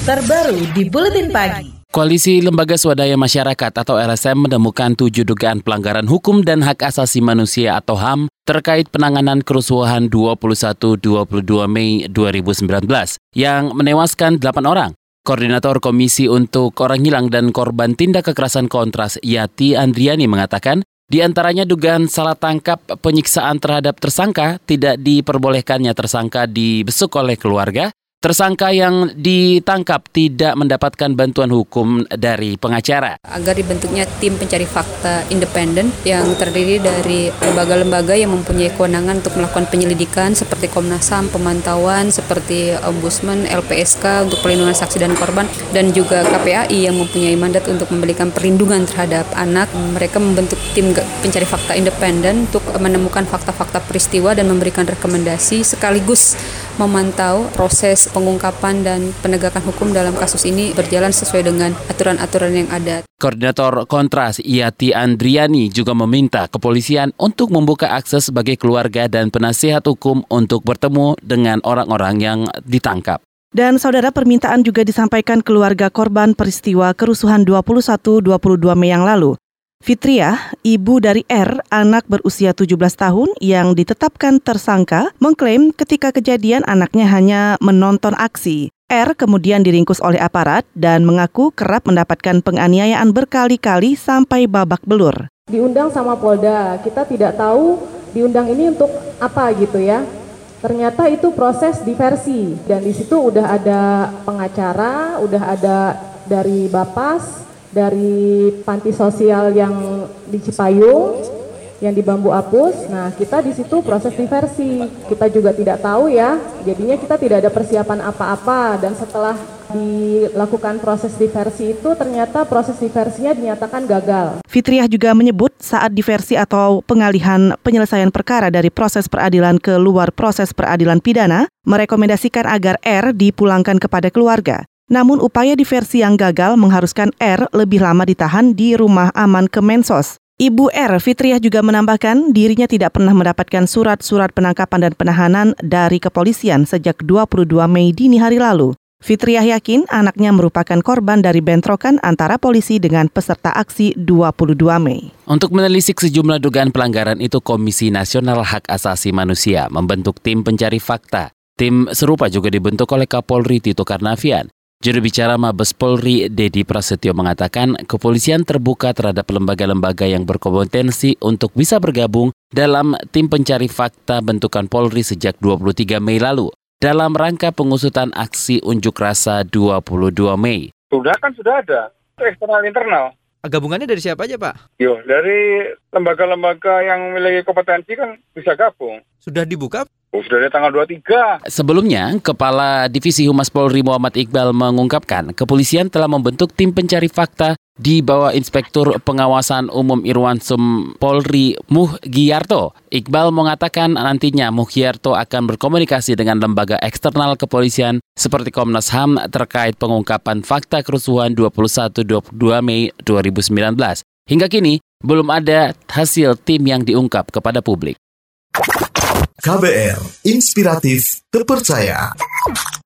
terbaru di Buletin Pagi. Koalisi Lembaga Swadaya Masyarakat atau LSM menemukan 7 dugaan pelanggaran hukum dan hak asasi manusia atau HAM terkait penanganan kerusuhan 21-22 Mei 2019 yang menewaskan 8 orang. Koordinator Komisi untuk Orang Hilang dan Korban Tindak Kekerasan Kontras Yati Andriani mengatakan, di antaranya dugaan salah tangkap penyiksaan terhadap tersangka, tidak diperbolehkannya tersangka dibesuk oleh keluarga, tersangka yang ditangkap tidak mendapatkan bantuan hukum dari pengacara. Agar dibentuknya tim pencari fakta independen yang terdiri dari lembaga-lembaga yang mempunyai kewenangan untuk melakukan penyelidikan seperti Komnas HAM, pemantauan seperti Ombudsman, LPSK untuk perlindungan saksi dan korban, dan juga KPAI yang mempunyai mandat untuk memberikan perlindungan terhadap anak. Mereka membentuk tim pencari fakta independen untuk menemukan fakta-fakta peristiwa dan memberikan rekomendasi sekaligus memantau proses pengungkapan dan penegakan hukum dalam kasus ini berjalan sesuai dengan aturan-aturan yang ada. Koordinator Kontras Yati Andriani juga meminta kepolisian untuk membuka akses bagi keluarga dan penasihat hukum untuk bertemu dengan orang-orang yang ditangkap. Dan saudara, permintaan juga disampaikan keluarga korban peristiwa kerusuhan 21-22 Mei yang lalu. Fitriah, ibu dari R, anak berusia 17 tahun yang ditetapkan tersangka, mengklaim ketika kejadian anaknya hanya menonton aksi. R kemudian diringkus oleh aparat dan mengaku kerap mendapatkan penganiayaan berkali-kali sampai babak belur. Diundang sama Polda, kita tidak tahu diundang ini untuk apa gitu ya. Ternyata itu proses diversi dan di situ udah ada pengacara, udah ada dari Bapas, dari panti sosial yang di Cipayung, yang di Bambu Apus. Nah, kita di situ proses diversi. Kita juga tidak tahu ya, jadinya kita tidak ada persiapan apa-apa. Dan setelah dilakukan proses diversi itu, ternyata proses diversinya dinyatakan gagal. Fitriah juga menyebut saat diversi atau pengalihan penyelesaian perkara dari proses peradilan ke luar proses peradilan pidana, merekomendasikan agar R dipulangkan kepada keluarga. Namun upaya diversi yang gagal mengharuskan R lebih lama ditahan di rumah aman Kemensos. Ibu R, Fitriah juga menambahkan dirinya tidak pernah mendapatkan surat-surat penangkapan dan penahanan dari kepolisian sejak 22 Mei dini hari lalu. Fitriah yakin anaknya merupakan korban dari bentrokan antara polisi dengan peserta aksi 22 Mei. Untuk menelisik sejumlah dugaan pelanggaran itu, Komisi Nasional Hak Asasi Manusia membentuk tim pencari fakta. Tim serupa juga dibentuk oleh Kapolri Tito Karnavian. Juru bicara Mabes Polri, Dedi Prasetyo, mengatakan kepolisian terbuka terhadap lembaga-lembaga yang berkompetensi untuk bisa bergabung dalam tim pencari fakta bentukan Polri sejak 23 Mei lalu dalam rangka pengusutan aksi unjuk rasa 22 Mei. Sudah ada, eksternal internal. Gabungannya dari siapa aja, Pak? Dari lembaga-lembaga yang memiliki kompetensi kan bisa gabung. Sudah dibuka? Sudah dari tanggal 23. Sebelumnya, Kepala Divisi Humas Polri Muhammad Iqbal mengungkapkan kepolisian telah membentuk tim pencari fakta di bawah Inspektur Pengawasan Umum Irwansum Polri Muhgiarto. Iqbal mengatakan nantinya Muhgiarto akan berkomunikasi dengan lembaga eksternal kepolisian seperti Komnas HAM terkait pengungkapan fakta kerusuhan 21-22 Mei 2019. Hingga kini, belum ada hasil tim yang diungkap kepada publik. KBR, inspiratif, terpercaya.